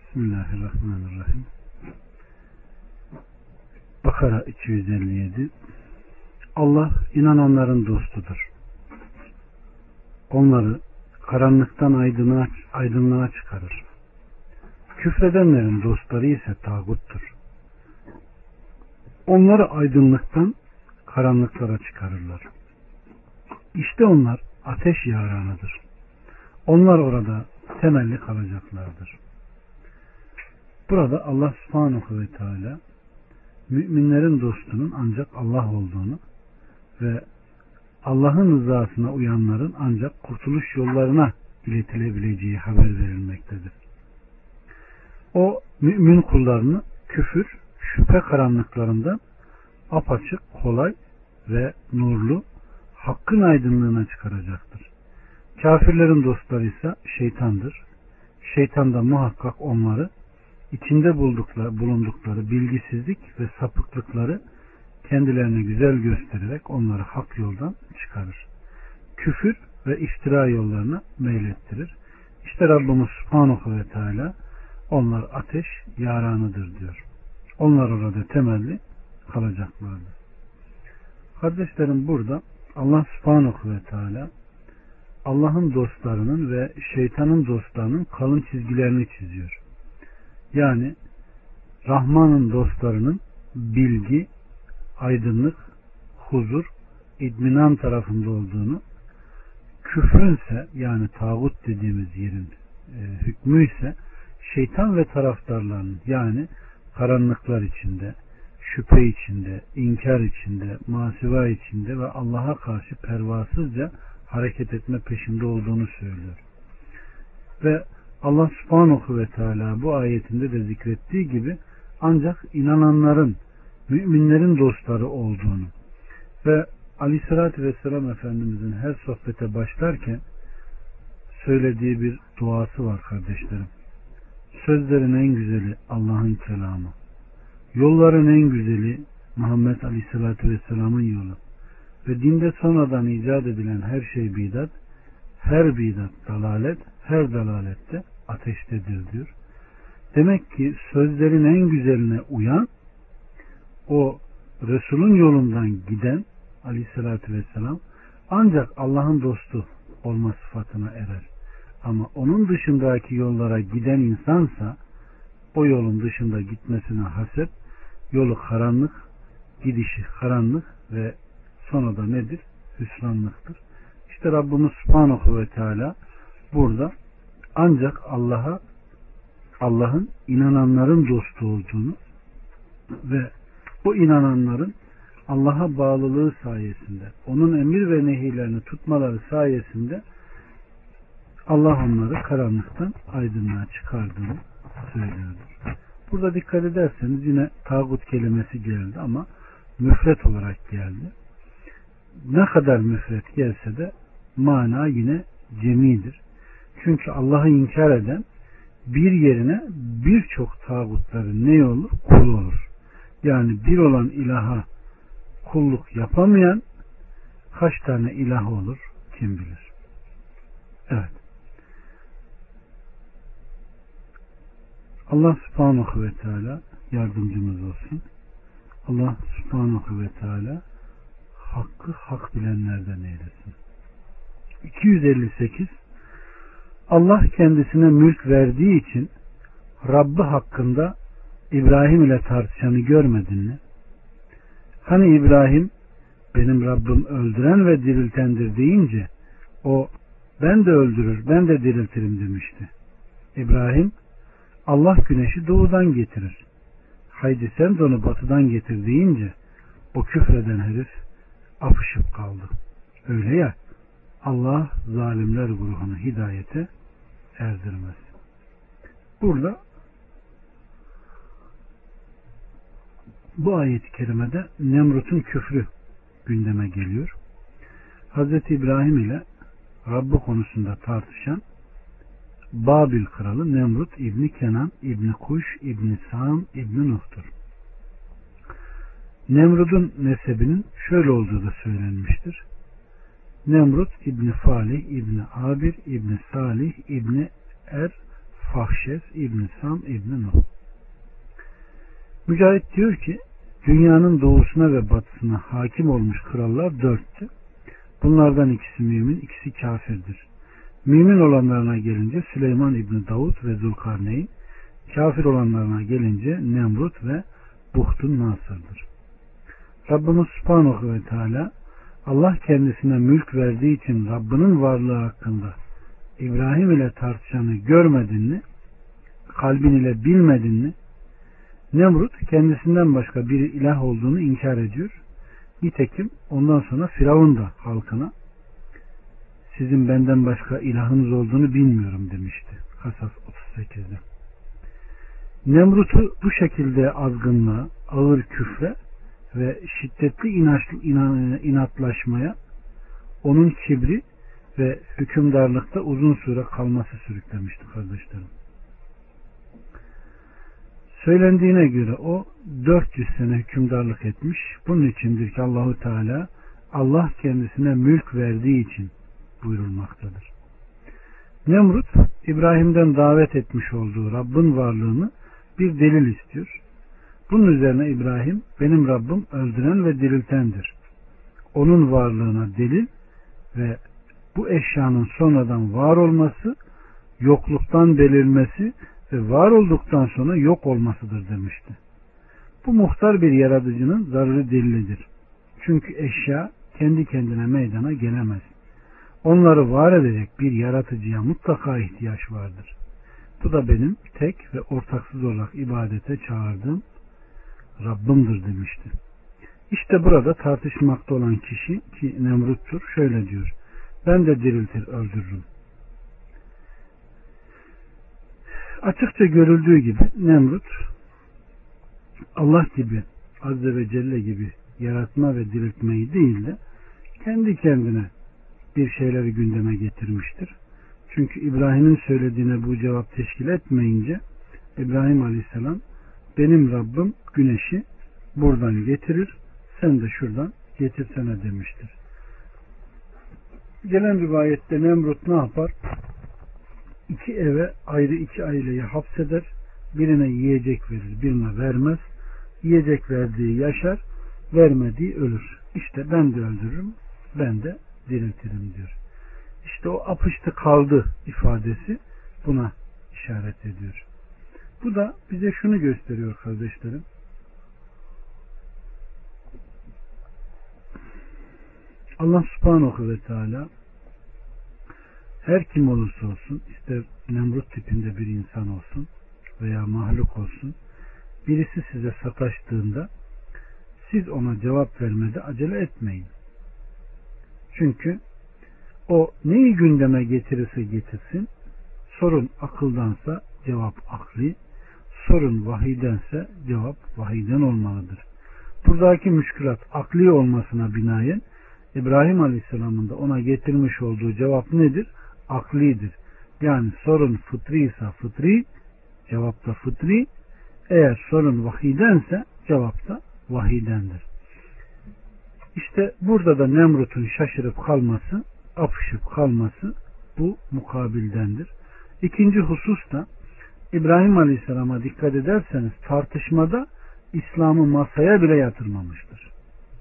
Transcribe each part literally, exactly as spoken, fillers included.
Bismillahirrahmanirrahim. Bakara iki yüz elli yedi. Allah inananların dostudur. Onları karanlıktan aydınlığa, aydınlığa çıkarır. Küfredenlerin dostları ise tağuttur. Onları aydınlıktan karanlıklara çıkarırlar. İşte onlar ateş yaranıdır. Onlar orada temelli kalacaklardır. Burada Allah subhanahu ve teala müminlerin dostunun ancak Allah olduğunu ve Allah'ın rızasına uyanların ancak kurtuluş yollarına iletilebileceği haber verilmektedir. O mümin kullarını küfür, şüphe karanlıklarından apaçık, kolay ve nurlu hakkın aydınlığına çıkaracaktır. Kafirlerin dostları ise şeytandır. Şeytan da muhakkak onları içinde buldukları, bulundukları bilgisizlik ve sapıklıkları kendilerine güzel göstererek onları hak yoldan çıkarır. Küfür ve iftira yollarına meylettirir. İşte Rabbimiz Subhanahu ve Teala onlar ateş yaranıdır diyor. Onlar orada temelli kalacaklardır. Kardeşlerim, burada Allah Subhanahu ve Teala Allah'ın dostlarının ve şeytanın dostlarının kalın çizgilerini çiziyor. Yani Rahman'ın dostlarının bilgi, aydınlık, huzur, idminan tarafında olduğunu, küfrünse yani tağut dediğimiz yerin e, hükmü ise şeytan ve taraftarlarının yani karanlıklar içinde, şüphe içinde, inkar içinde, masiva içinde ve Allah'a karşı pervasızca hareket etme peşinde olduğunu söylüyor. Ve Allah subhanahu ve teala bu ayetinde de zikrettiği gibi ancak inananların, müminlerin dostları olduğunu ve Aleyhisselatü Vesselam Efendimizin her sohbete başlarken söylediği bir duası var kardeşlerim. Sözlerin en güzeli Allah'ın kelamı. Yolların en güzeli Muhammed Aleyhisselatü Vesselam'ın yolu. Ve dinde sonradan icat edilen her şey bidat, her bidat dalalet, her dalalette ateştedir diyor. Demek ki sözlerin en güzeline uyan, o Resul'ün yolundan giden Aleyhisselatü Vesselam ancak Allah'ın dostu olma sıfatına erer. Ama onun dışındaki yollara giden insansa o yolun dışında gitmesine hasep, yolu karanlık, gidişi karanlık ve sonu da nedir? Hüsranlıktır. İşte Rabbimiz Subhanahu ve Teala burada ancak Allah'a, Allah'ın inananların dostu olduğunu ve bu inananların Allah'a bağlılığı sayesinde, onun emir ve nehirlerini tutmaları sayesinde Allah onları karanlıktan aydınlığa çıkardığını söylüyordur. Burada dikkat ederseniz yine tağut kelimesi geldi ama müfret olarak geldi. Ne kadar müfret gelse de mana yine cemidir. Çünkü Allah'ı inkar eden bir yerine birçok tağutların ne olur? Kulu olur. Yani bir olan ilaha kulluk yapamayan kaç tane ilah olur kim bilir. Evet. Allah subhanahu ve teala yardımcımız olsun. Allah subhanahu ve teala hakkı hak bilenlerden eylesin. iki yüz elli sekiz Allah kendisine mülk verdiği için Rabbi hakkında İbrahim ile tartışanı görmedin mi? Hani İbrahim benim Rabbim öldüren ve diriltendir deyince o ben de öldürür ben de diriltirim demişti. İbrahim Allah güneşi doğudan getirir. Haydi sen de onu batıdan getir deyince o küfreden herif apışıp kaldı. Öyle ya, Allah zalimler grubunu hidayete erdirmez. Burada bu ayet-i kerimede Nemrut'un küfrü gündeme geliyor. Hazreti İbrahim ile Rabbi konusunda tartışan Babil kralı Nemrut İbni Kenan İbni Kuş İbni Sam İbni Nuh'tur. Nemrut'un nesebinin şöyle olduğu da söylenmiştir. Nemrut İbni Falih İbni Abir İbni Salih İbni Er Fahşes İbn Sam İbn Nuh. Mücahit diyor ki dünyanın doğusuna ve batısına hakim olmuş krallar dörttü. Bunlardan ikisi mümin, ikisi kafirdir. Mümin olanlarına gelince Süleyman İbni Davud ve Zulkarneyn, kafir olanlarına gelince Nemrut ve Buhtun Nasır'dır. Rabbimiz Subhanahu ve Teala Allah kendisine mülk verdiği için Rabbinin varlığı hakkında İbrahim ile tartışanı görmedin mi? Kalbin ile bilmedin mi? Nemrut kendisinden başka bir ilah olduğunu inkar ediyor. Nitekim ondan sonra Firavun da halkına sizin benden başka ilahınız olduğunu bilmiyorum demişti. Kasas otuz sekizde. Nemrut'u bu şekilde azgınlığa, ağır küfre ve şiddetli inatlaşmaya onun kibri ve hükümdarlıkta uzun süre kalması sürüklemişti kardeşlerim. Söylendiğine göre o dört yüz sene hükümdarlık etmiş. Bunun içindir ki Allahu Teala Allah kendisine mülk verdiği için buyurulmaktadır. Nemrut İbrahim'den davet etmiş olduğu Rabbin varlığını bir delil istiyor. Bunun üzerine İbrahim benim Rabbim öldüren ve diriltendir. Onun varlığına delil ve bu eşyanın sonradan var olması, yokluktan belirmesi ve var olduktan sonra yok olmasıdır demişti. Bu muhtar bir yaratıcının zararı delilidir. Çünkü eşya kendi kendine meydana gelemez. Onları var edecek bir yaratıcıya mutlaka ihtiyaç vardır. Bu da benim tek ve ortaksız olarak ibadete çağırdığım Rabbimdir demişti. İşte burada tartışmakta olan kişi ki Nemrut'tur şöyle diyor. Ben de diriltir öldürürüm. Açıkça görüldüğü gibi Nemrut Allah gibi Azze ve Celle gibi yaratma ve diriltmeyi değil de kendi kendine bir şeyleri gündeme getirmiştir. Çünkü İbrahim'in söylediğine bu cevap teşkil etmeyince İbrahim Aleyhisselam benim Rabbim güneşi buradan getirir, sen de şuradan getirsene demiştir. Gelen rivayette Nemrut ne yapar? İki eve ayrı iki aileyi hapseder, birine yiyecek verir, birine vermez. Yiyecek verdiği yaşar, vermediği ölür. İşte ben de öldürürüm, ben de diriltirim diyor. İşte o apıştı kaldı ifadesi buna işaret ediyor. Bu da bize şunu gösteriyor kardeşlerim. Allah Subhanahu ve Teala her kim olursa olsun, ister Nemrut tipinde bir insan olsun veya mahluk olsun, birisi size sataştığında siz ona cevap vermede acele etmeyin. Çünkü o neyi gündeme getirirse getirsin, sorun akıldansa cevap akli, sorun vahiydense cevap vahiyden olmalıdır. Buradaki müşkülat akli olmasına binaen İbrahim Aleyhisselam'ın da ona getirmiş olduğu cevap nedir? Aklidir. Yani sorun fıtri ise fıtri, cevap da fıtri. Eğer sorun vahiydense cevap da vahiydendir. İşte burada da Nemrut'un şaşırıp kalması, apışıp kalması bu mukabildendir. İkinci husus da İbrahim Aleyhisselam'a dikkat ederseniz tartışmada İslam'ı masaya bile yatırmamıştır.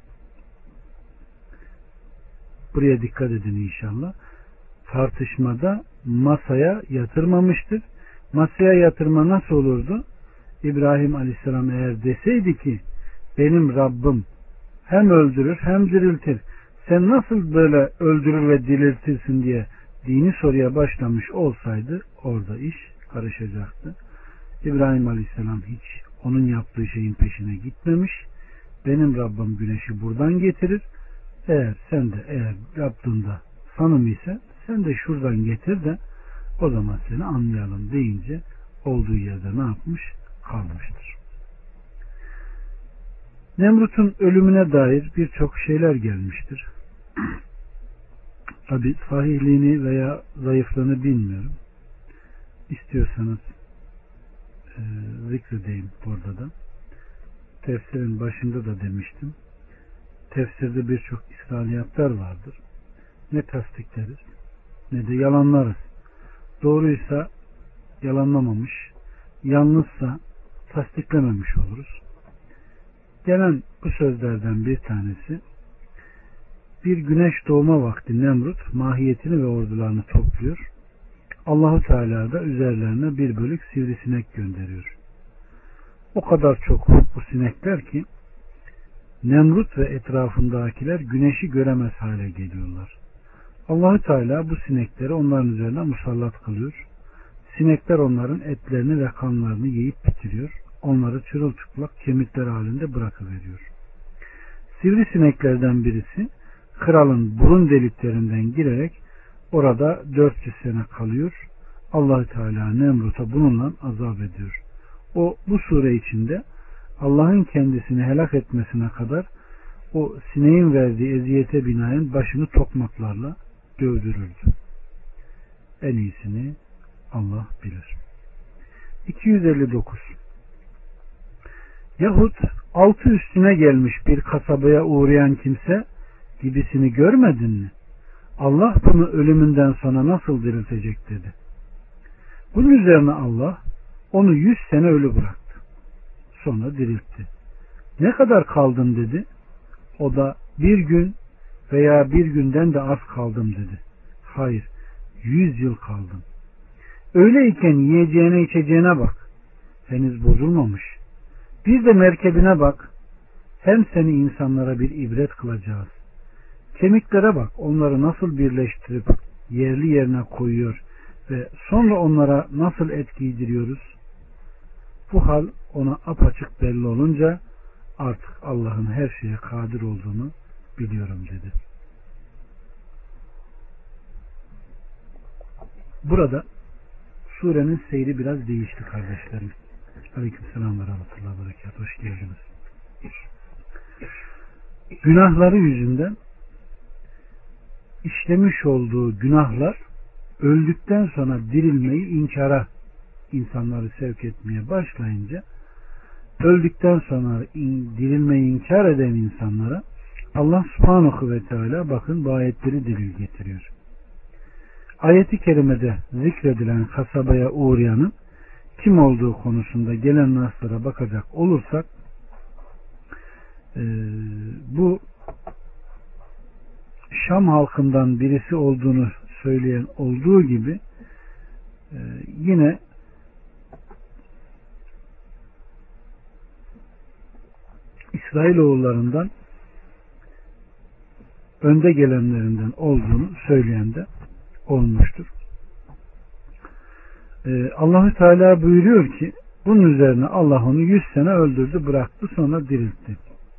Buraya dikkat edin inşallah. Tartışmada masaya yatırmamıştır. Masaya yatırma nasıl olurdu? İbrahim Aleyhisselam eğer deseydi ki benim Rabbim hem öldürür hem diriltir. Sen nasıl böyle öldürür ve diriltirsin diye dini soruya başlamış olsaydı orada iş karışacaktı. İbrahim Aleyhisselam hiç onun yaptığı şeyin peşine gitmemiş. Benim Rabbim güneşi buradan getirir. Eğer sen de eğer yaptığında sanım ise sen de şuradan getir de o zaman seni anlayalım deyince olduğu yerde ne yapmış? Kalmıştır. Nemrut'un ölümüne dair birçok şeyler gelmiştir. Tabi sahihliğini veya zayıflığını bilmiyorum. İstiyorsanız e, zikredeyim burada da. Tefsirin başında da demiştim. Tefsirde birçok İsrailiyatlar vardır. Ne tasdikleriz ne de yalanlarız. Doğruysa yalanlamamış, yalnızsa tasdiklememiş oluruz. Gelen bu sözlerden bir tanesi, bir güneş doğma vakti Nemrut mahiyetini ve ordularını topluyor. Allahu Teala da üzerlerine bir bölük sivrisinek gönderiyor. O kadar çok bu sinekler ki Nemrut ve etrafındakiler güneşi göremez hale geliyorlar. Allahu Teala bu sinekleri onların üzerine musallat kılıyor. Sinekler onların etlerini ve kanlarını yiyip bitiriyor. Onları çırılçıplak kemikler halinde bırakıveriyor. Sivrisineklerden birisi kralın burun deliklerinden girerek orada dört yüz sene kalıyor. Allah Teala Nemrut'a bununla azap ediyor. O bu sure içinde Allah'ın kendisini helak etmesine kadar o sineğin verdiği eziyete binaen başını tokmaklarla dövdürürdü. En iyisini Allah bilir. iki yüz elli dokuz. Yahut altı üstüne gelmiş bir kasabaya uğrayan kimse gibisini görmedin mi? Allah bunu ölümünden sonra nasıl diriltecek dedi. Bunun üzerine Allah onu yüz sene ölü bıraktı. Sonra diriltti. Ne kadar kaldın dedi. O da bir gün veya bir günden de az kaldım dedi. Hayır, yüz yıl kaldım. Öyleyken yiyeceğine içeceğine bak. Henüz bozulmamış. Bir de merkebine bak. Hem seni insanlara bir ibret kılacağız. Kemiklere bak, onları nasıl birleştirip yerli yerine koyuyor ve sonra onlara nasıl et giydiriyoruz. Bu hal ona apaçık belli olunca artık Allah'ın her şeye kadir olduğunu biliyorum dedi. Burada surenin seyri biraz değişti kardeşlerim. Aleykümselam ve rahmetullahi ve berekatuhu. Hoş geldiniz. Günahları yüzünden işlemiş olduğu günahlar öldükten sonra dirilmeyi inkara insanları sevk etmeye başlayınca öldükten sonra in, dirilmeyi inkar eden insanlara Allah subhanahu ve teala bakın bu ayetleri delil getiriyor. Ayeti kerimede zikredilen kasabaya uğrayanın kim olduğu konusunda gelen naslara bakacak olursak e, bu Şam halkından birisi olduğunu söyleyen olduğu gibi e, yine İsrailoğullarından önde gelenlerinden olduğunu söyleyen de olmuştur. Ee, Allah-u Teala buyuruyor ki bunun üzerine Allah onu yüz sene öldürdü, bıraktı, sonra diriltti.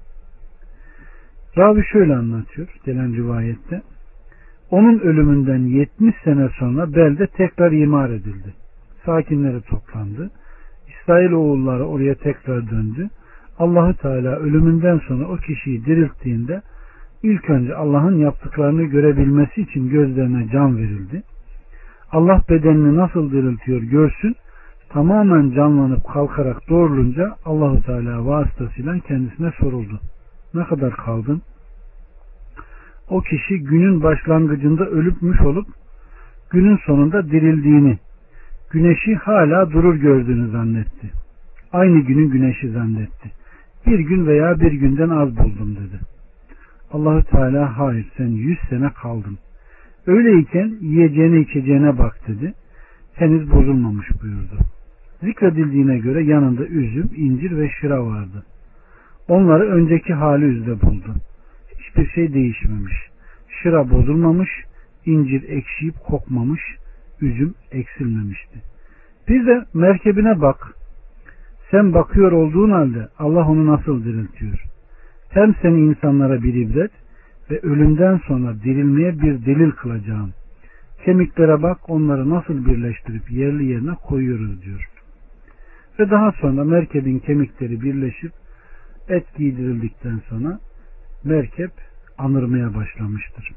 Ravi şöyle anlatıyor gelen rivayette. Onun ölümünden yetmiş sene sonra belde tekrar imar edildi. Sakinleri toplandı. İsrailoğulları oraya tekrar döndü. Allah-u Teala ölümünden sonra o kişiyi dirilttiğinde ilk önce Allah'ın yaptıklarını görebilmesi için gözlerine can verildi. Allah bedenini nasıl diriltiyor görsün, tamamen canlanıp kalkarak doğrulunca Allah-u Teala vasıtasıyla kendisine soruldu. Ne kadar kaldın? O kişi günün başlangıcında ölüpmüş olup günün sonunda dirildiğini, güneşi hala durur gördüğünü zannetti. Aynı günün güneşi zannetti. Bir gün veya bir günden az buldum dedi. Allah-u Teala hayır sen yüz sene kaldın. Öyleyken yiyeceğine içeceğine bak dedi. Henüz bozulmamış buyurdu. Zikredildiğine göre yanında üzüm, incir ve şıra vardı. Onları önceki hali üzere buldu. Hiçbir şey değişmemiş. Şıra bozulmamış, incir ekşiyip kokmamış, üzüm eksilmemişti. Bir de merkebine bak. Sen bakıyor olduğun halde Allah onu nasıl diriltiyor. Hem seni insanlara bir ibret ve ölümden sonra dirilmeye bir delil kılacağım. Kemiklere bak, onları nasıl birleştirip yerli yerine koyuyoruz diyor. Ve daha sonra merkebin kemikleri birleşip et giydirildikten sonra merkep anırmaya başlamıştır.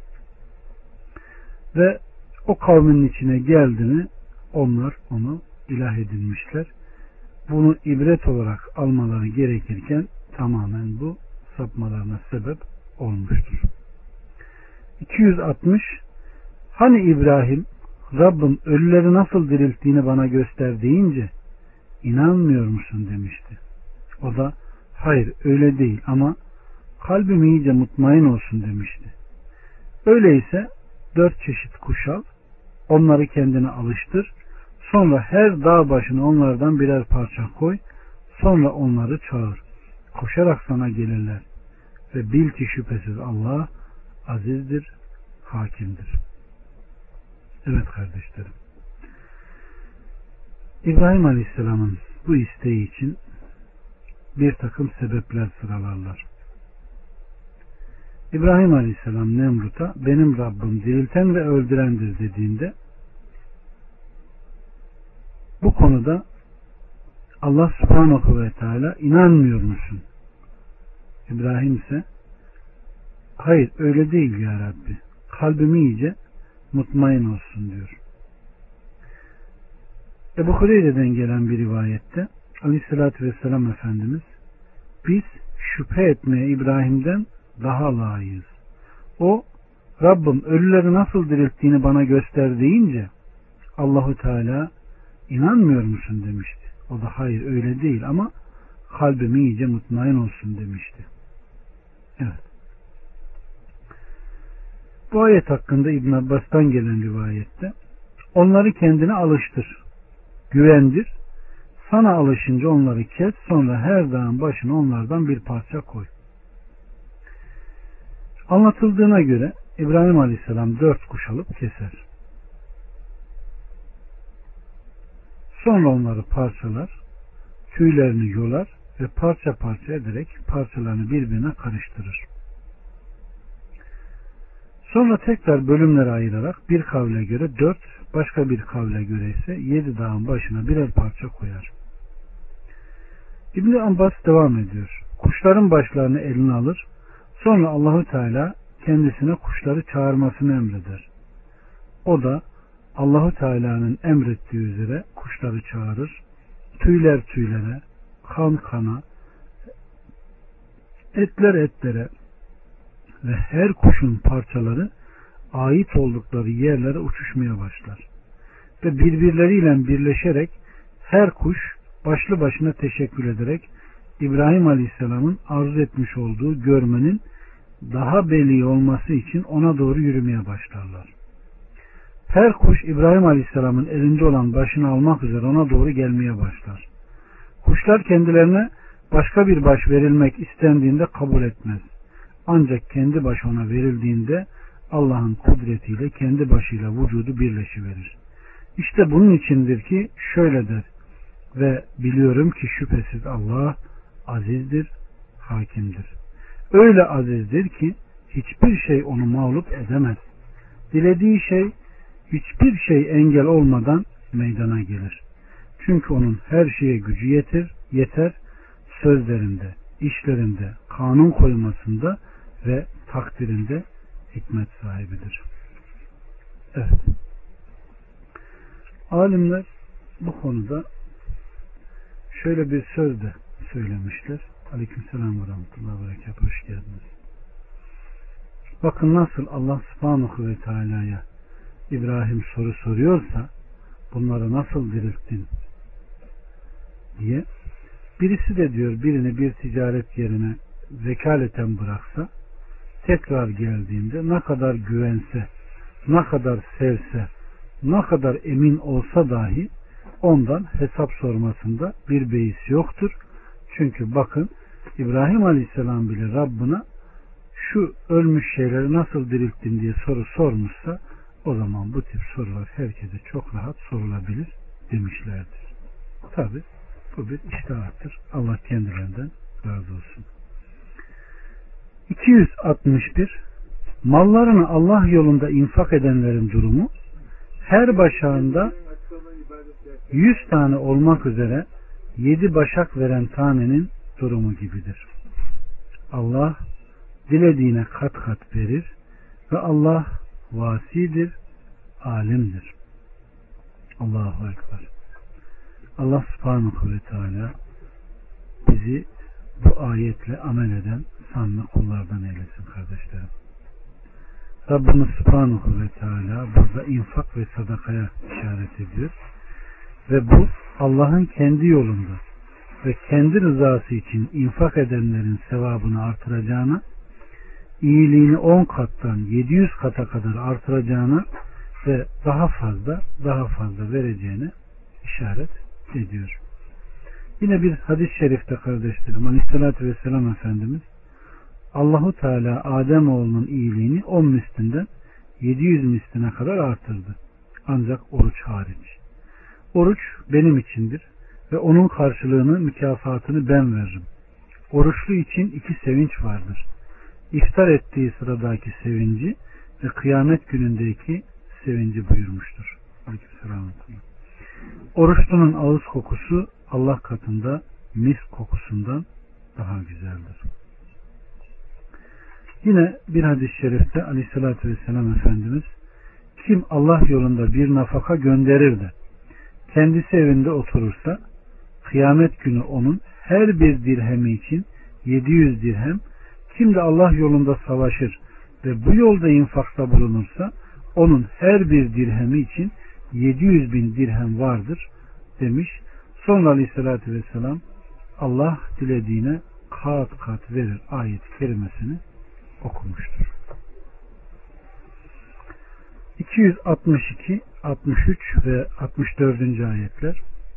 Ve o kavmin içine geldi mi onlar onu ilah edinmişler. Bunu ibret olarak almaları gerekirken tamamen bu sapmalarına sebep olmuştur. iki yüz altmış Hani İbrahim Rabbim ölüleri nasıl dirilttiğini bana göster deyince inanmıyor musun demişti. O da hayır öyle değil ama kalbim iyice mutmain olsun demişti. Öyleyse dört çeşit kuş al, onları kendine alıştır, sonra her dağ başına onlardan birer parça koy, sonra onları çağır. Koşarak sana gelirler ve bil ki şüphesiz Allah azizdir, hakimdir. Evet kardeşlerim, İbrahim Aleyhisselam'ın bu isteği için bir takım sebepler sıralarlar. İbrahim Aleyhisselam Nemrut'a benim Rabbim dirilten ve öldürendir dediğinde bu konuda Allah Subhanahu ve Teala inanmıyor musun? İbrahim ise hayır öyle değil ya Rabbi, kalbimi iyice mutmain olsun diyor. Ebu Hureyre'den gelen bir rivayette Aleyhisselatü Vesselam Efendimiz biz şüphe etmeye İbrahim'den daha layığız. O Rabbim ölüleri nasıl dirilttiğini bana göster deyince Allahu Teala inanmıyor musun demişti. O da hayır öyle değil ama kalbimi iyice mutmain olsun demişti. Evet. Bu ayet hakkında İbn Abbas'tan gelen rivayette onları kendine alıştır, güvendir, sana alışınca onları kes, sonra her dağın başına onlardan bir parça koy. Anlatıldığına göre İbrahim Aleyhisselam dört kuş alıp keser. Sonra onları parçalar, tüylerini yolar ve parça parça ederek parçalarını birbirine karıştırır. Sonra tekrar bölümlere ayırarak bir kavle göre dört, başka bir kavle göre ise yedi dağın başına birer parça koyar. İbn Abbas devam ediyor. Kuşların başlarını eline alır. Sonra Allahu Teala kendisine kuşları çağırmasını emreder. O da Allahu Teala'nın emrettiği üzere kuşları çağırır. Tüyler tüylere, kan kana, etler etlere ve her kuşun parçaları ait oldukları yerlere uçuşmaya başlar. Ve birbirleriyle birleşerek her kuş başlı başına teşekkür ederek İbrahim Aleyhisselam'ın arzu etmiş olduğu görmenin daha belli olması için ona doğru yürümeye başlarlar. Her kuş İbrahim Aleyhisselam'ın elinde olan başını almak üzere ona doğru gelmeye başlar. Kuşlar kendilerine başka bir baş verilmek istendiğinde kabul etmez. Ancak kendi baş ona verildiğinde Allah'ın kudretiyle kendi başıyla vücudu birleşiverir. İşte bunun içindir ki şöyle der ve biliyorum ki şüphesiz Allah azizdir, hakimdir. Öyle azizdir ki hiçbir şey onu mağlup edemez. Dilediği şey hiçbir şey engel olmadan meydana gelir. Çünkü onun her şeye gücü yeter, yeter sözlerinde, işlerinde, kanun koymasında ve takdirinde hikmet sahibidir. Evet. Alimler bu konuda şöyle bir söz de söylemişler. Aleykümselam ve rahmetullahi ve berekatuhu. Hoş geldiniz. Bakın nasıl Allah subhanahu ve teala'ya İbrahim soru soruyorsa bunları nasıl dirilttin diye, birisi de diyor birini bir ticaret yerine vekaleten bıraksa tekrar geldiğinde ne kadar güvense, ne kadar sevse, ne kadar emin olsa dahi ondan hesap sormasında bir beis yoktur. Çünkü bakın İbrahim Aleyhisselam bile Rabbine şu ölmüş şeyleri nasıl dirilttin diye soru sormuşsa o zaman bu tip sorular herkese çok rahat sorulabilir demişlerdir. Tabi bu bir içtihattır. Allah kendilerinden razı olsun. iki yüz altmış bir Mallarını Allah yolunda infak edenlerin durumu her başağında yüz tane olmak üzere yedi başak veren tanenin durumu gibidir. Allah dilediğine kat kat verir ve Allah vasidir, alimdir. Allahu Ekber. Allah subhanahu ve teala bizi bu ayetle amel eden sanlı kullardan eylesin kardeşlerim. Rabbimiz Subhanahu ve Teala burada infak ve sadakaya işaret ediyor. Ve bu Allah'ın kendi yolunda ve kendi rızası için infak edenlerin sevabını artıracağına, iyiliğini on kattan yedi yüz kata kadar artıracağına ve daha fazla daha fazla vereceğine işaret ediyor. Yine bir hadis-i şerifte kardeşlerim, Aleyhisselatü Vesselam Efendimiz Allahu Teala Adem oğlunun iyiliğini on mislinden yedi yüz misline kadar artırdı. Ancak oruç hariç. Oruç benim içindir ve onun karşılığını, mükafatını ben veririm. Oruçlu için iki sevinç vardır. İftar ettiği sıradaki sevinci ve kıyamet günündeki sevinci buyurmuştur. Aleykümselam. Oruçlunun ağız kokusu Allah katında mis kokusundan daha güzeldir. Yine bir hadis-i şerifte Aleyhisselatü Vesselam Efendimiz kim Allah yolunda bir nafaka gönderir de kendisi evinde oturursa kıyamet günü onun her bir dirhemi için yedi yüz dirhem, kim de Allah yolunda savaşır ve bu yolda infakta bulunursa onun her bir dirhemi için yedi yüz bin dirhem vardır demiş. Sonra Aleyhisselatü Vesselam Allah dilediğine kat kat verir ayet-i kerimesini okumuştur. iki yüz altmış iki, altmış üç ve altmış dördüncü ayetler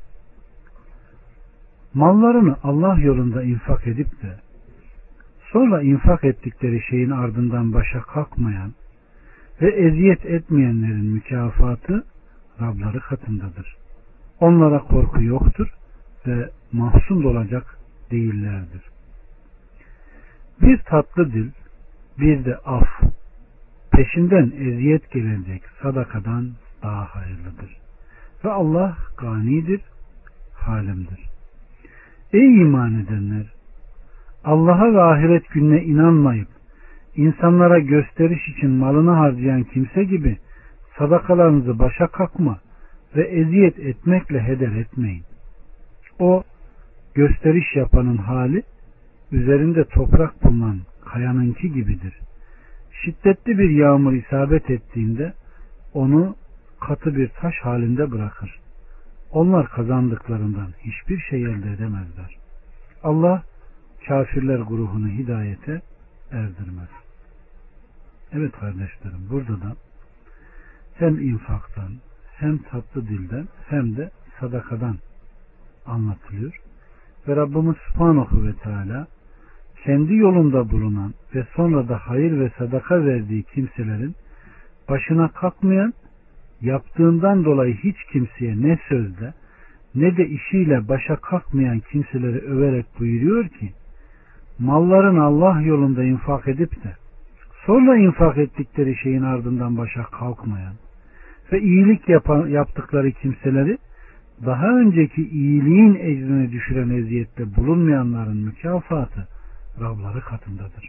mallarını Allah yolunda infak edip de sonra infak ettikleri şeyin ardından başa kalkmayan ve eziyet etmeyenlerin mükafatı Rabları katındadır. Onlara korku yoktur ve mahzun olacak değillerdir. Bir tatlı dil, bir de af, peşinden eziyet gelecek sadakadan daha hayırlıdır. Ve Allah ganidir, halimdir. Ey iman edenler! Allah'a ve ahiret gününe inanmayıp insanlara gösteriş için malını harcayan kimse gibi sadakalarınızı başa kalkma ve eziyet etmekle heder etmeyin. O gösteriş yapanın hali üzerinde toprak bulunan kayanınki gibidir. Şiddetli bir yağmur isabet ettiğinde onu katı bir taş halinde bırakır. Onlar kazandıklarından hiçbir şey elde edemezler. Allah kafirler grubunu hidayete erdirmez. Evet kardeşlerim, burada da hem infaktan, hem tatlı dilden, hem de sadakadan anlatılıyor. Ve Rabbimiz Subhanahu ve Teala kendi yolunda bulunan ve sonra da hayır ve sadaka verdiği kimselerin başına kalkmayan, yaptığından dolayı hiç kimseye ne sözle ne de işiyle başa kalkmayan kimseleri överek buyuruyor ki, mallarını Allah yolunda infak edip de sonra infak ettikleri şeyin ardından başa kalkmayan ve iyilik yapan, yaptıkları kimseleri daha önceki iyiliğin ecrini düşüren eziyette bulunmayanların mükafatı Rabları katındadır.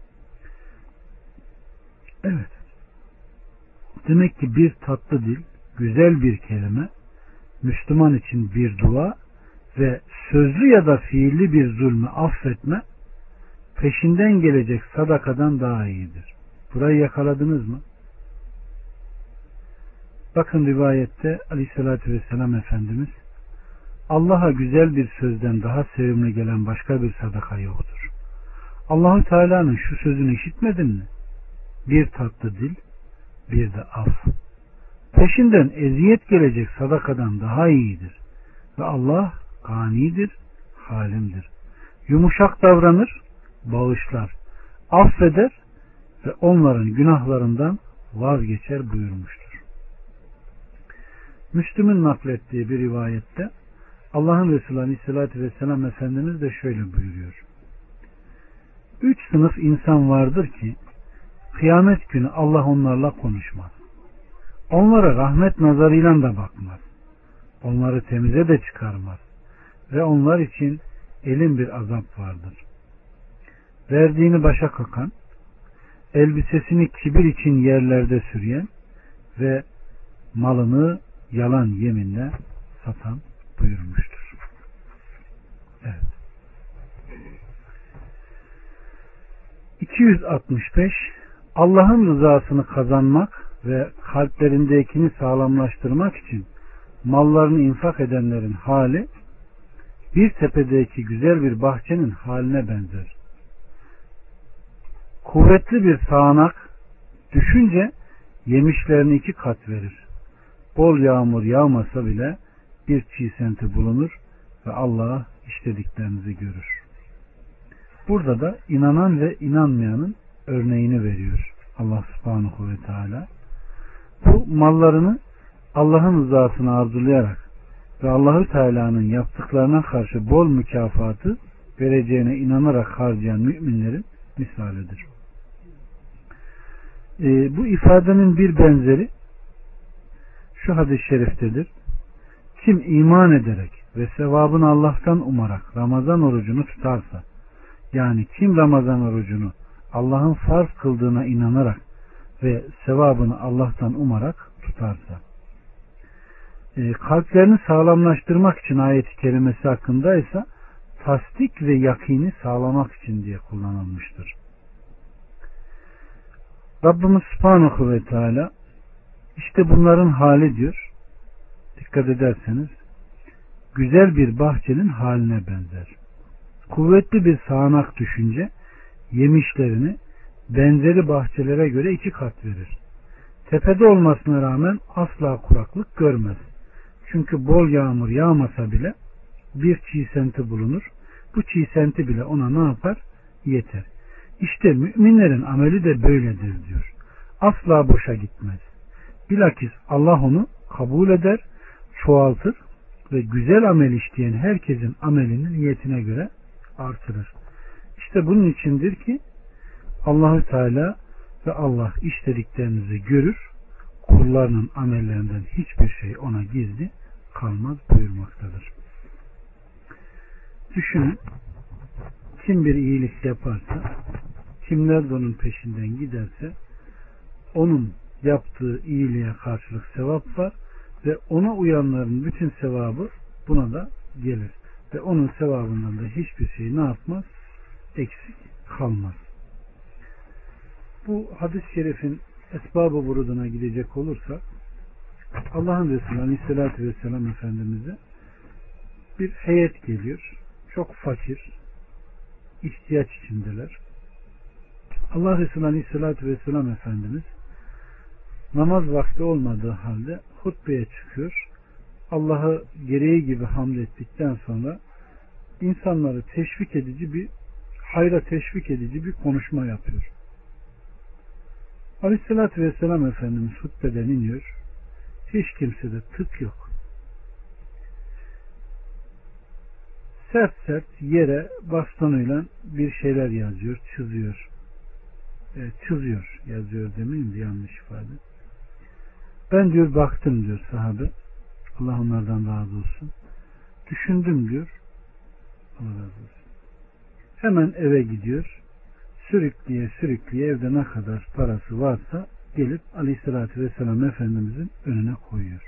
Evet. Demek ki bir tatlı dil, güzel bir kelime, Müslüman için bir dua ve sözlü ya da fiilli bir zulmü affetme, peşinden gelecek sadakadan daha iyidir. Burayı yakaladınız mı? Bakın rivayette Aleyhisselatü Vesselam Efendimiz Allah'a güzel bir sözden daha sevimli gelen başka bir sadaka yoktur. Allah-u Teala'nın şu sözünü işitmedin mi? Bir tatlı dil, bir de af. Peşinden eziyet gelecek sadakadan daha iyidir. Ve Allah ganidir, halimdir. Yumuşak davranır, bağışlar, affeder ve onların günahlarından vazgeçer buyurmuştur. Müslüm'ün naklettiği bir rivayette Allah'ın Resulü Aleyhisselatü Vesselam Efendimiz de şöyle buyuruyor. Üç sınıf insan vardır ki kıyamet günü Allah onlarla konuşmaz. Onlara rahmet nazarıyla da bakmaz. Onları temize de çıkarmaz. Ve onlar için elin bir azap vardır. Verdiğini başa kakan, elbisesini kibir için yerlerde sürüyen ve malını yalan yeminle satan buyurmuştur. Evet. iki yüz altmış beş, Allah'ın rızasını kazanmak ve kalplerindekini sağlamlaştırmak için mallarını infak edenlerin hali bir tepedeki güzel bir bahçenin haline benzer. Kuvvetli bir sağanak düşünce yemişlerini iki kat verir. Bol yağmur yağmasa bile bir çiğ senti bulunur ve Allah işlediklerinizi görür. Burada da inanan ve inanmayanın örneğini veriyor Allah subhanahu ve teala. Bu mallarını Allah'ın rızasını arzulayarak ve Allahü Teala'nın yaptıklarına karşı bol mükafatı vereceğine inanarak harcayan müminlerin misalidir. Ee, bu ifadenin bir benzeri şu hadis-i şeriftedir. Kim iman ederek ve sevabını Allah'tan umarak Ramazan orucunu tutarsa, yani kim Ramazan orucunu Allah'ın farz kıldığına inanarak ve sevabını Allah'tan umarak tutarsa, e, kalplerini sağlamlaştırmak için ayet-i kerimesi hakkındaysa tasdik ve yakini sağlamak için diye kullanılmıştır. Rabbimiz Subhanahu ve Teala işte bunların hali diyor, dikkat ederseniz güzel bir bahçenin haline benzer. Kuvvetli bir sağanak düşünce yemişlerini benzeri bahçelere göre iki kat verir. Tepede olmasına rağmen asla kuraklık görmez. Çünkü bol yağmur yağmasa bile bir çiğ senti bulunur. Bu çiğ senti bile ona ne yapar? Yeter. İşte müminlerin ameli de böyledir diyor. Asla boşa gitmez. Bilakis Allah onu kabul eder, çoğaltır ve güzel amel işleyen herkesin amelinin niyetine göre artırır. İşte bunun içindir ki Allahü Teala ve Allah işlediklerinizi görür, kullarının amellerinden hiçbir şey ona gizli kalmaz buyurmaktadır. Düşünün, kim bir iyilik yaparsa, kimler de onun peşinden giderse, onun yaptığı iyiliğe karşılık sevap var ve ona uyanların bütün sevabı buna da gelir. Ve onun sevabından da hiçbir şey ne yapmaz? Eksik kalmaz. Bu hadis-i şerifin esbab-ı vuruduna gidecek olursak, Allah'ın Resulü Aleyhisselatü Vesselam Efendimiz'e bir heyet geliyor. Çok fakir, ihtiyaç içindeler. Allah Resulü Aleyhisselatü Vesselam Efendimiz namaz vakti olmadığı halde hutbeye çıkıyor. Allah'ı gereği gibi hamd ettikten sonra insanları teşvik edici bir hayra teşvik edici bir konuşma yapıyor. Aleyhissalatü vesselam Efendimiz hutbeden iniyor. Hiç kimsede tık yok. Sert sert yere bastonuyla bir şeyler yazıyor, çiziyor. E, çiziyor, yazıyor demeyeyim de yanlış ifade. Ben diyor baktım diyor sahabe. Allah onlardan razı olsun. Düşündüm diyor. Allah razı olsun. Hemen eve gidiyor. Sürükleye sürükleye evde ne kadar parası varsa gelip Aleyhisselatü Vesselam Efendimizin önüne koyuyor.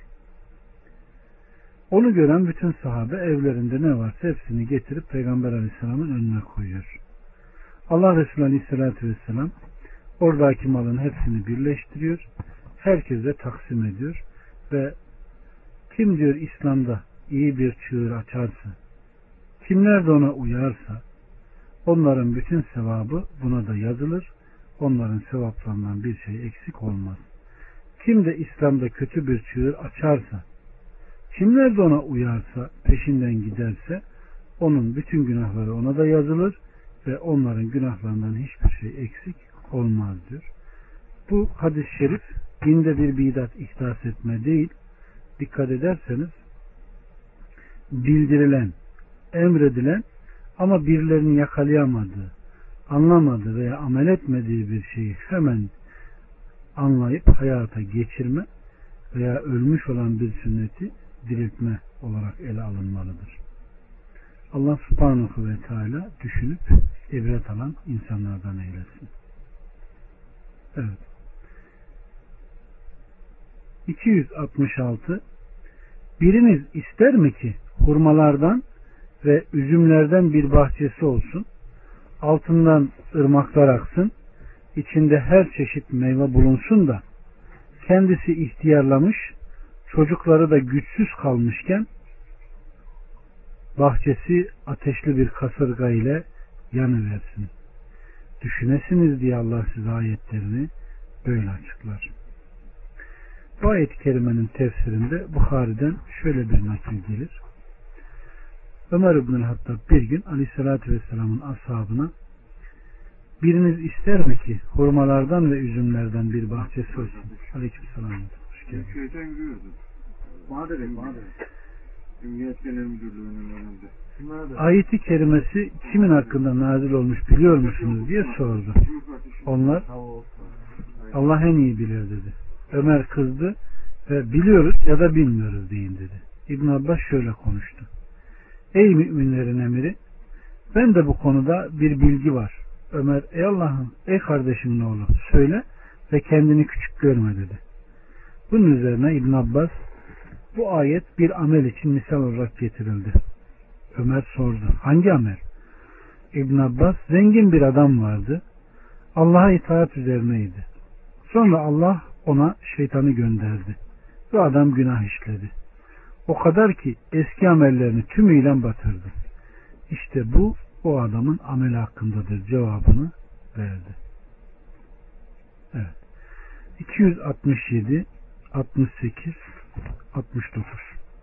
Onu gören bütün sahabe evlerinde ne varsa hepsini getirip Peygamber Aleyhisselam'ın önüne koyuyor. Allah Resulü Aleyhisselatü Vesselam oradaki malın hepsini birleştiriyor. Herkese taksim ediyor ve kim diyor İslam'da iyi bir çığır açarsa, kimler de ona uyarsa, onların bütün sevabı buna da yazılır. Onların sevaplarından bir şey eksik olmaz. Kim de İslam'da kötü bir çığır açarsa, kimler de ona uyarsa, peşinden giderse, onun bütün günahları ona da yazılır ve onların günahlarından hiçbir şey eksik olmaz diyor. Bu hadis-i şerif dinde bir bidat ihdas etme değil, dikkat ederseniz bildirilen, emredilen ama birilerini yakalayamadığı, anlamadığı veya amel etmediği bir şeyi hemen anlayıp hayata geçirme veya ölmüş olan bir sünneti diriltme olarak ele alınmalıdır. Allah subhanahu ve teala düşünüp ibret alan insanlardan eylesin. Evet. iki yüz altmış altı Biriniz ister mi ki hurmalardan ve üzümlerden bir bahçesi olsun, altından ırmaklar aksın, içinde her çeşit meyve bulunsun da kendisi ihtiyarlamış, çocukları da güçsüz kalmışken bahçesi ateşli bir kasırga ile yanıversin. Düşünesiniz diye Allah size ayetlerini böyle açıklar. Bu ayet-i kerimenin tefsirinde Buhari'den şöyle bir nakil gelir. Ömer İbn-i Hattab bir gün Aleyhisselatü Vesselam'ın ashabına, biriniz ister mi ki hurmalardan ve üzümlerden bir bahçesi olsun? Aleykümselam. Hoş geldin. Köyden gördüm. Madem, madem. Cumhuriyet Genel Müdürlüğü'nün önünde. Ayet-i kerimesi kimin hakkında nazil olmuş biliyor musunuz diye sordu. Onlar Allah en iyi bilir dedi. Ömer kızdı ve biliyoruz ya da bilmiyoruz deyin dedi. İbn Abbas şöyle konuştu. Ey müminlerin emiri, ben de bu konuda bir bilgi var. Ömer, ey Allah'ım, ey kardeşimin oğlu, söyle ve kendini küçük görme dedi. Bunun üzerine İbn Abbas, bu ayet bir amel için misal olarak getirildi. Ömer sordu, hangi amel? İbn Abbas, zengin bir adam vardı. Allah'a itaat üzerineydi. Sonra Allah ona şeytanı gönderdi. Ve adam günah işledi. O kadar ki eski amellerini tümüyle batırdı. İşte bu o adamın ameli hakkındadır cevabını verdi. Evet. iki yüz altmış yedi, altmış sekiz, altmış dokuz.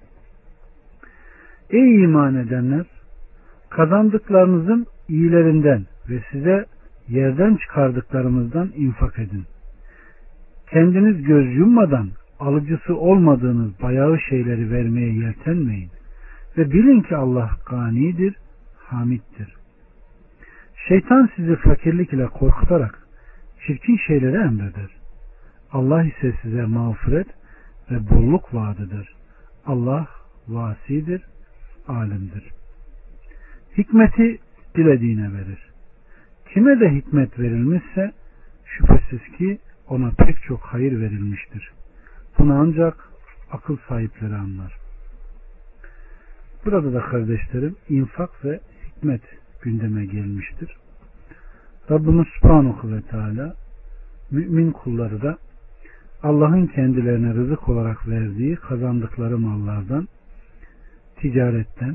Ey iman edenler, kazandıklarınızın iyilerinden ve size yerden çıkardıklarımızdan infak edin. Kendiniz göz yummadan alıcısı olmadığınız bayağı şeyleri vermeye yeltenmeyin ve bilin ki Allah ganidir, hamiddir. Şeytan sizi fakirlik ile korkutarak çirkin şeyleri emreder. Allah ise size mağfiret ve bolluk vaadidir. Allah vasidir, alimdir. Hikmeti dilediğine verir. Kime de hikmet verilmişse şüphesiz ki ona pek çok hayır verilmiştir. Bunu ancak akıl sahipleri anlar. Burada da kardeşlerim infak ve hikmet gündeme gelmiştir. Rabbimiz Subhanahu ve Teala mümin kulları da Allah'ın kendilerine rızık olarak verdiği kazandıkları mallardan, ticaretten,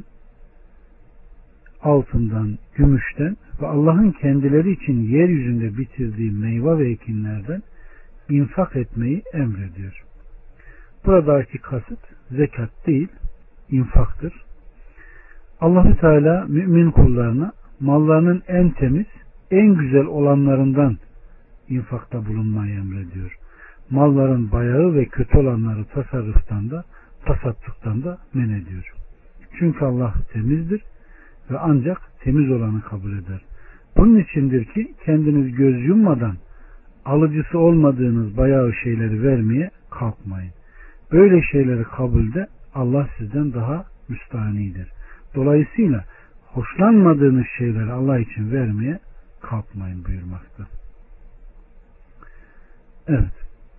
altından, gümüşten ve Allah'ın kendileri için yeryüzünde bitirdiği meyve ve ekinlerden infak etmeyi emrediyor. Buradaki kasıt zekat değil, infaktır. Allah-u Teala mümin kullarına mallarının en temiz, en güzel olanlarından infakta bulunmayı emrediyor. Malların bayağı ve kötü olanları tasarruftan da, tasattıktan da men ediyor. Çünkü Allah temizdir ve ancak temiz olanı kabul eder. Bunun içindir ki kendiniz göz yummadan alıcısı olmadığınız bayağı şeyleri vermeye kalkmayın. Böyle şeyleri kabulde Allah sizden daha müstahanidir. Dolayısıyla hoşlanmadığınız şeyleri Allah için vermeye kalkmayın buyurmakta. Evet.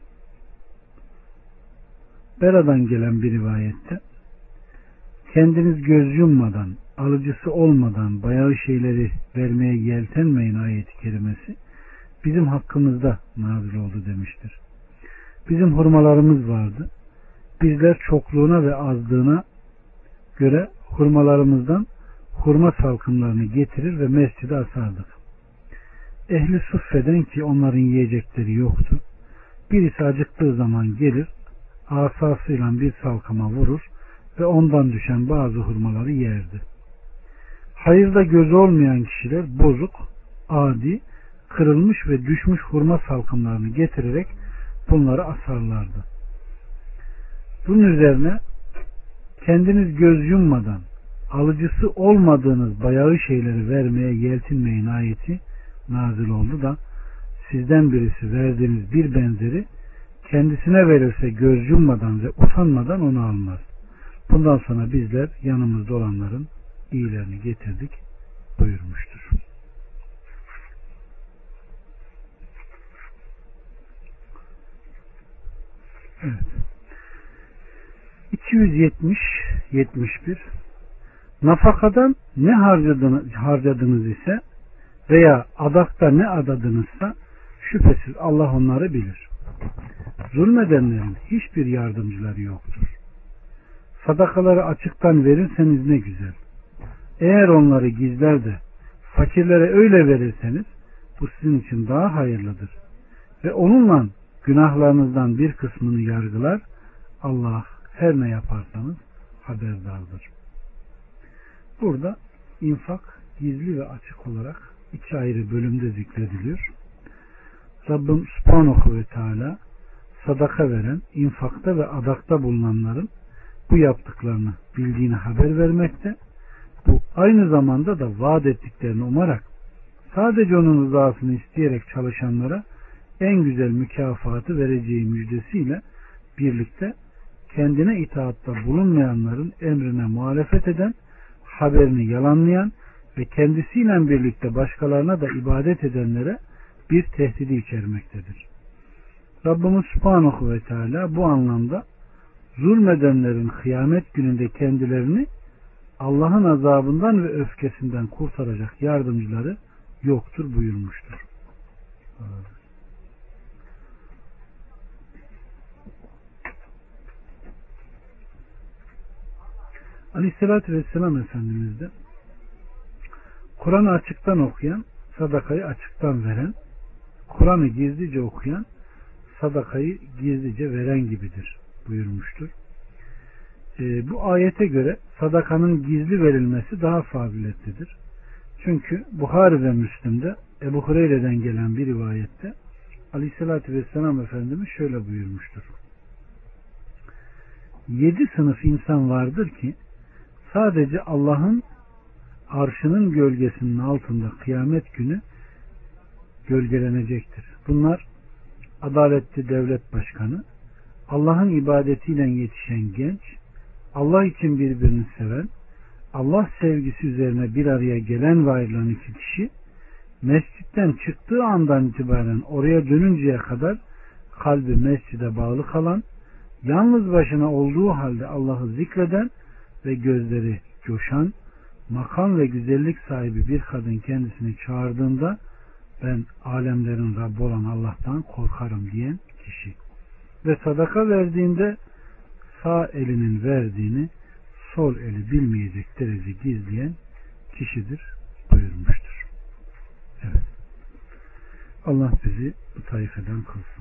Bera'dan gelen bir rivayette kendiniz göz yummadan, alıcısı olmadan bayağı şeyleri vermeye yeltenmeyin ayet-i kerimesi bizim hakkımızda nazil oldu demiştir. Bizim hurmalarımız vardı. Bizler çokluğuna ve azlığına göre hurmalarımızdan hurma salkımlarını getirir ve mescide asardık. Ehli suffeden ki onların yiyecekleri yoktu. Birisi acıktığı zaman gelir, asasıyla bir salkıma vurur ve ondan düşen bazı hurmaları yerdi. Hayırda gözü olmayan kişiler bozuk, adi, kırılmış ve düşmüş hurma salkımlarını getirerek bunları asarlardı. Bunun üzerine kendiniz göz yummadan alıcısı olmadığınız bayağı şeyleri vermeye yeltinmeyin ayeti nazil oldu da sizden birisi verdiğiniz bir benzeri kendisine verirse göz yummadan ve utanmadan onu almaz. Bundan sonra bizler yanımızda olanların iyilerini getirdik buyurmuştur. Evet. iki yüz yetmiş yetmiş bir Nafakadan ne harcadınız, harcadınız ise veya adakta ne adadınızsa Şüphesiz Allah onları bilir. Zulmedenlerin hiçbir yardımcıları yoktur. Sadakaları açıktan verirseniz ne güzel. Eğer onları gizler de fakirlere öyle verirseniz bu sizin için daha hayırlıdır. Ve onunla günahlarınızdan bir kısmını yargılar. Allah her ne yaparsanız haberdardır. Burada infak gizli ve açık olarak iki ayrı bölümde zikrediliyor. Rabbim Subhanahu ve Teala sadaka veren, infakta ve adakta bulunanların bu yaptıklarını bildiğini haber vermekte. Bu aynı zamanda da vaat ettiklerini umarak sadece onun rızasını isteyerek çalışanlara en güzel mükafatı vereceği müjdesiyle birlikte kendine itaatta bulunmayanların emrine muhalefet eden, haberini yalanlayan ve kendisiyle birlikte başkalarına da ibadet edenlere bir tehdidi içermektedir. Rabbimiz Subhanahu ve Teala bu anlamda zulmedenlerin kıyamet gününde kendilerini Allah'ın azabından ve öfkesinden kurtaracak yardımcıları yoktur buyurmuştur. Aleyhisselatü Vesselam Efendimiz de Kur'an'ı açıktan okuyan, sadakayı açıktan veren, Kur'an'ı gizlice okuyan, sadakayı gizlice veren gibidir buyurmuştur. E, bu ayete göre sadakanın gizli verilmesi daha faziletlidir. Çünkü Buhari ve Müslim'de Ebu Hureyre'den gelen bir rivayette Aleyhisselatü Vesselam Efendimiz şöyle buyurmuştur. Yedi sınıf insan vardır ki sadece Allah'ın arşının gölgesinin altında kıyamet günü gölgelenecektir. Bunlar adaletli devlet başkanı, Allah'ın ibadetiyle yetişen genç, Allah için birbirini seven, Allah sevgisi üzerine bir araya gelen ve ayrılan iki kişi, mescitten çıktığı andan itibaren oraya dönünceye kadar kalbi mescide bağlı kalan, yalnız başına olduğu halde Allah'ı zikreden ve gözleri coşan, makam ve güzellik sahibi bir kadın kendisini çağırdığında ben alemlerin Rabbi olan Allah'tan korkarım diyen kişi. Ve sadaka verdiğinde sağ elinin verdiğini sol eli bilmeyecek derece gizleyen kişidir buyurmuştur. Evet. Allah bizi bu taifeden kılsın.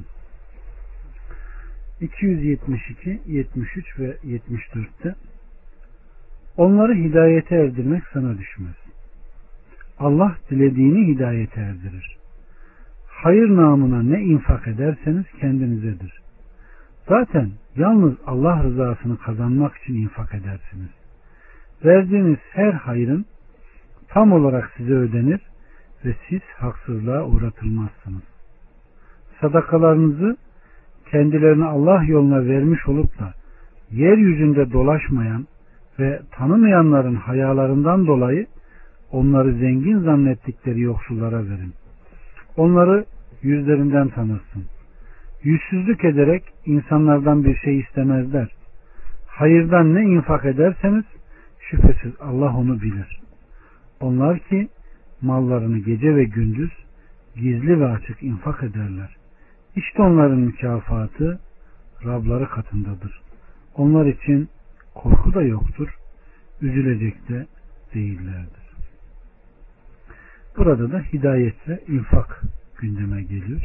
iki yüz yetmiş iki, yetmiş üç ve yetmiş dörtte onları hidayete erdirmek sana düşmez. Allah dilediğini hidayete erdirir. Hayır namına ne infak ederseniz kendinizedir. Zaten yalnız Allah rızasını kazanmak için infak edersiniz. Verdiğiniz her hayrın tam olarak size ödenir ve siz haksızlığa uğratılmazsınız. Sadakalarınızı kendilerini Allah yoluna vermiş olup da yeryüzünde dolaşmayan ve tanımayanların hayalarından dolayı onları zengin zannettikleri yoksullara verin. Onları yüzlerinden tanırsın. Yüzsüzlük ederek insanlardan bir şey istemezler. Hayırdan ne infak ederseniz şüphesiz Allah onu bilir. Onlar ki mallarını gece ve gündüz gizli ve açık infak ederler. İşte onların mükafatı Rabları katındadır. Onlar için korku da yoktur, üzülecek de değillerdir. Burada da hidayet ve infak gündeme geliyor.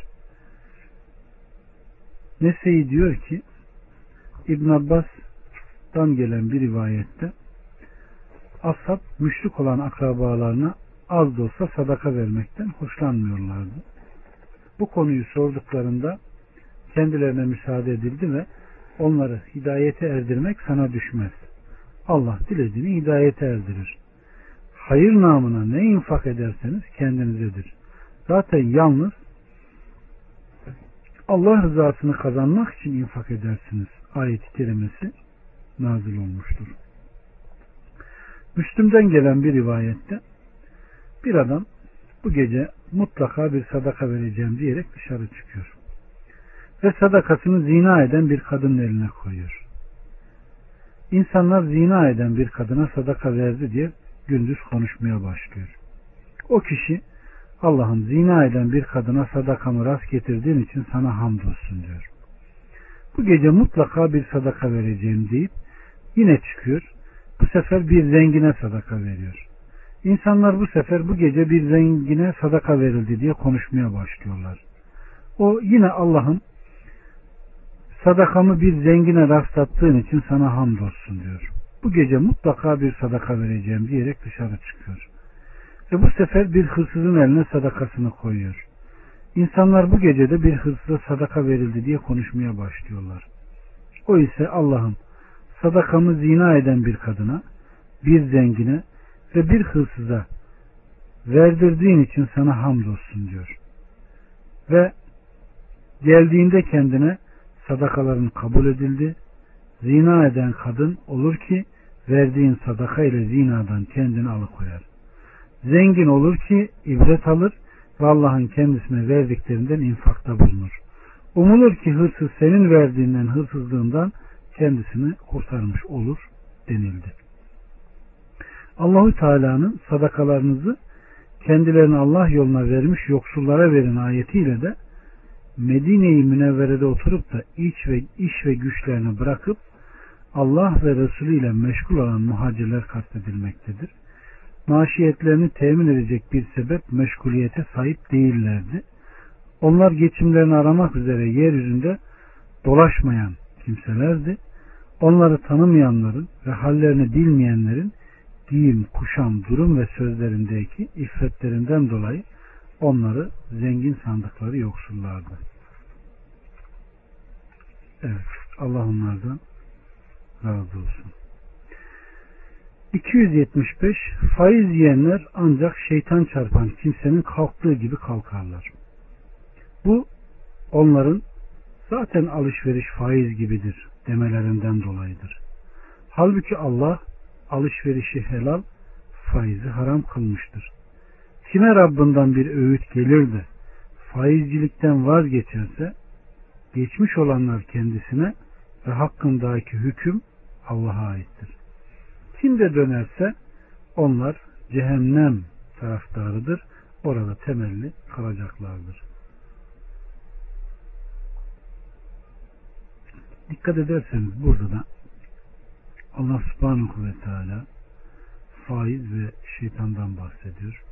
Nese'yi diyor ki İbn Abbas'tan gelen bir rivayette ashab müşrik olan akrabalarına az da olsa sadaka vermekten hoşlanmıyorlardı. Bu konuyu sorduklarında kendilerine müsaade edildi ve onları hidayete erdirmek sana düşmez. Allah dilediğini hidayete erdirir. Hayır namına ne infak ederseniz kendinizedir. Zaten yalnız Allah rızasını kazanmak için infak edersiniz. Ayet-i kerimesi nazil olmuştur. Müslüm'den gelen bir rivayette bir adam bu gece mutlaka bir sadaka vereceğim diyerek dışarı çıkıyor. Ve sadakasını zina eden bir kadının eline koyuyor. İnsanlar zina eden bir kadına sadaka verdi diye gündüz konuşmaya başlıyor. O kişi Allah'ım zina eden bir kadına sadakamı rast getirdiğin için sana hamdolsun diyor. Bu gece mutlaka bir sadaka vereceğim deyip yine çıkıyor. Bu sefer bir zengine sadaka veriyor. İnsanlar bu sefer bu gece bir zengine sadaka verildi diye konuşmaya başlıyorlar. O yine Allah'ım sadakamı bir zengine rastlattığın için sana hamdolsun diyor. Bu gece mutlaka bir sadaka vereceğim diyerek dışarı çıkıyor. Ve bu sefer bir hırsızın eline sadakasını koyuyor. İnsanlar bu gecede bir hırsıza sadaka verildi diye konuşmaya başlıyorlar. O ise Allah'ım sadakamı zina eden bir kadına, bir zengine ve bir hırsıza verdirdiğin için sana hamdolsun diyor. Ve geldiğinde kendine sadakaların kabul edildi. Zina eden kadın olur ki verdiğin sadaka ile zinadan kendini alıkoyar. Zengin olur ki ibret alır ve Allah'ın kendisine verdiklerinden infakta bulunur. Umulur ki hırsız senin verdiğinden hırsızlığından kendisini kurtarmış olur denildi. Allahu Teala'nın sadakalarınızı kendilerini Allah yoluna vermiş yoksullara verin ayetiyle de Medine-i Münevvere'de oturup da iç ve iş ve güçlerini bırakıp Allah ve Resulü ile meşgul olan muhacirler kastedilmektedir. Maşiyetlerini temin edecek bir sebep meşguliyete sahip değillerdi. Onlar geçimlerini aramak üzere yeryüzünde dolaşmayan kimselerdi. Onları tanımayanların ve hallerini bilmeyenlerin giyim, kuşam, durum ve sözlerindeki iffetlerinden dolayı onları zengin sandıkları yoksullardı. Evet, Allah onlardan razı olsun. iki yüz yetmiş beş Faiz yiyenler ancak şeytan çarpan kimsenin kalktığı gibi kalkarlar. Bu onların zaten alışveriş faiz gibidir demelerinden dolayıdır. Halbuki Allah alışverişi helal, faizi haram kılmıştır. Kime Rabbinden bir öğüt gelir de faizcilikten vazgeçerse geçmiş olanlar kendisine ve hakkındaki hüküm Allah'a aittir. Kim de dönerse onlar cehennem taraftarıdır. Orada temelli kalacaklardır. Dikkat ederseniz burada da Allah subhanahu ve teala faiz ve şeytandan bahsediyor.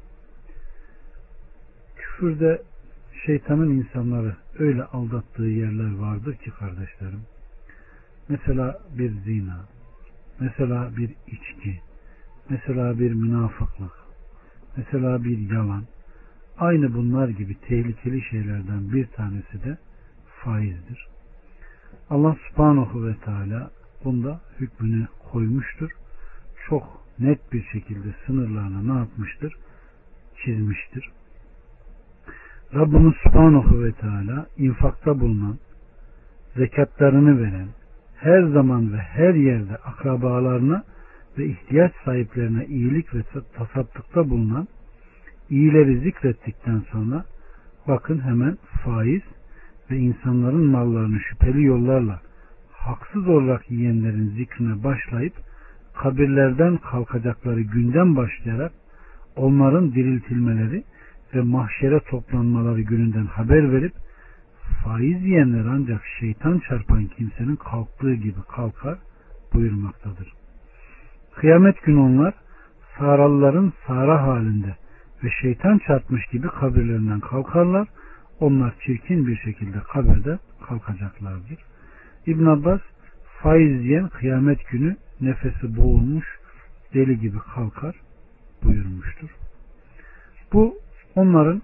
Küfürde şeytanın insanları öyle aldattığı yerler vardır ki kardeşlerim. Mesela bir zina, mesela bir içki, mesela bir münafıklık, mesela bir yalan. Aynı bunlar gibi tehlikeli şeylerden bir tanesi de faizdir. Allah subhanahu ve teala bunda hükmünü koymuştur. Çok net bir şekilde sınırlarını ne yapmıştır? Çizmiştir. Rabbimiz subhanahu ve teala infakta bulunan, zekatlarını veren, her zaman ve her yerde akrabalarına ve ihtiyaç sahiplerine iyilik ve tasaddukta bulunan, iyileri zikrettikten sonra bakın hemen faiz ve insanların mallarını şüpheli yollarla haksız olarak yiyenlerin zikrine başlayıp kabirlerden kalkacakları günden başlayarak onların diriltilmeleri ve mahşere toplanmaları gününden haber verip faiz yiyenler ancak şeytan çarpan kimsenin kalktığı gibi kalkar buyurmaktadır. Kıyamet günü onlar saralıların sara halinde ve şeytan çarpmış gibi kabirlerinden kalkarlar. Onlar çirkin bir şekilde kabirde kalkacaklardır. İbn Abbas faiz yiyen kıyamet günü nefesi boğulmuş deli gibi kalkar buyurmuştur. Bu onların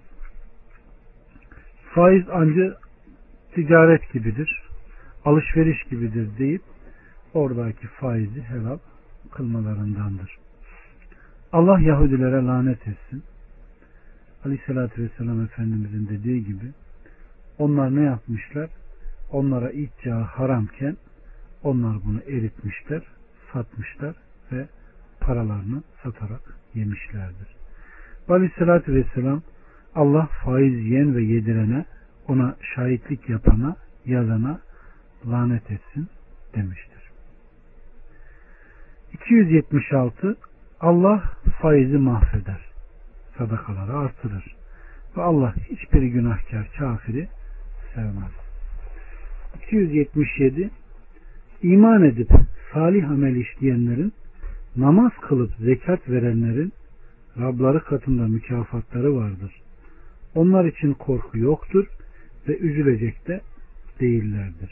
faiz ancak ticaret gibidir, alışveriş gibidir deyip oradaki faizi helal kılmalarındandır. Allah Yahudilere lanet etsin. Aleyhissalatü vesselam Efendimizin dediği gibi onlar ne yapmışlar? Onlara iddia haramken onlar bunu eritmişler, satmışlar ve paralarını satarak yemişlerdir. Aleyhissalatü vesselam Allah faiz yiyen ve yedirene, ona şahitlik yapana, yazana lanet etsin demiştir. iki yüz yetmiş altı Allah faizi mahveder, sadakaları artırır. Ve Allah hiçbir günahkar kafiri sevmez. iki yüz yetmiş yedi İman edip salih amel işleyenlerin, namaz kılıp zekat verenlerin Rabları katında mükafatları vardır. Onlar için korku yoktur ve üzülecek de değillerdir.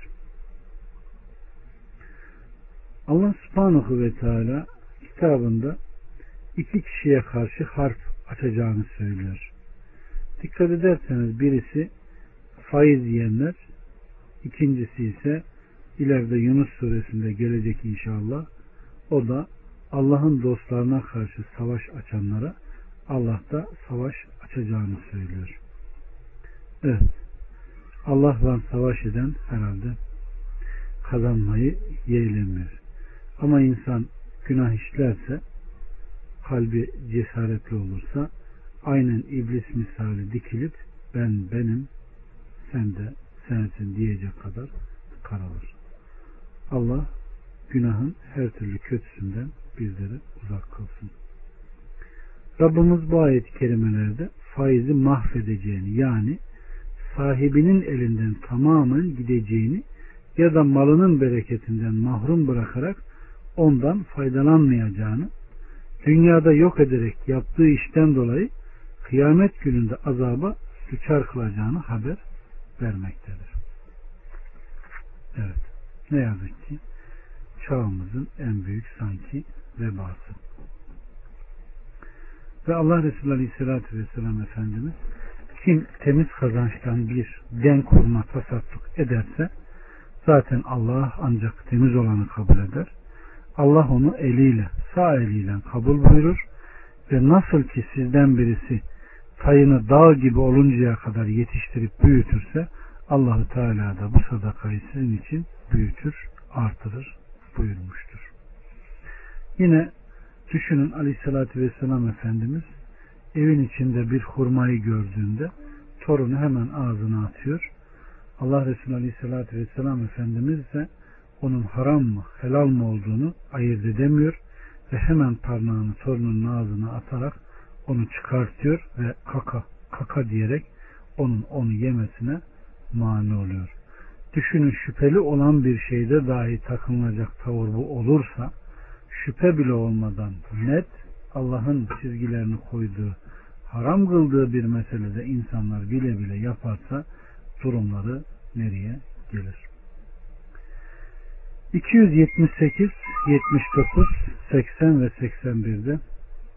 Allah subhanahu ve teala kitabında iki kişiye karşı harp açacağını söylüyor. Dikkat ederseniz birisi faiz yiyenler, ikincisi ise ileride Yunus suresinde gelecek inşallah. O da Allah'ın dostlarına karşı savaş açanlara Allah da savaş açacağını söylüyor. Evet. Allah'la savaş eden herhalde kazanmayı yeğlemiyor. Ama insan günah işlerse, kalbi cesaretli olursa, aynen iblis misali dikilip ben benim, sen de sensin diyecek kadar kararır. Allah günahın her türlü kötüsünden bizleri uzak kılsın. Rabbimiz bu ayet-i kerimelerde faizi mahvedeceğini, yani sahibinin elinden tamamen gideceğini ya da malının bereketinden mahrum bırakarak ondan faydalanmayacağını, dünyada yok ederek yaptığı işten dolayı kıyamet gününde azaba düçar kılacağını haber vermektedir. Evet. Ne yazık ki çağımızın en büyük sanki vebası. Ve Allah Resulü Aleyhisselatü Vesselam Efendimiz, kim temiz kazançtan bir den kurma tasadduk ederse zaten Allah ancak temiz olanı kabul eder. Allah onu eliyle, sağ eliyle kabul buyurur ve nasıl ki sizden birisi tayını dağ gibi oluncaya kadar yetiştirip büyütürse Allah-u Teala da bu sadakayı sizin için büyütür, artırır buyurmuştur. Yine düşünün, Aleyhisselatü Vesselam Efendimiz evin içinde bir hurmayı gördüğünde torunu hemen ağzına atıyor. Allah Resulü Aleyhisselatü Vesselam Efendimiz ise onun haram mı, helal mı olduğunu ayırt edemiyor ve hemen parmağını torunun ağzına atarak onu çıkartıyor ve kaka, kaka diyerek onun onu yemesine mani oluyor. Düşünün, şüpheli olan bir şeyde dahi takınılacak tavır bu olursa, şüphe bile olmadan net Allah'ın çizgilerini koyduğu, haram kıldığı bir meselede insanlar bile bile yaparsa durumları nereye gelir? iki yüz yetmiş sekiz, yetmiş dokuz, seksen ve seksen birde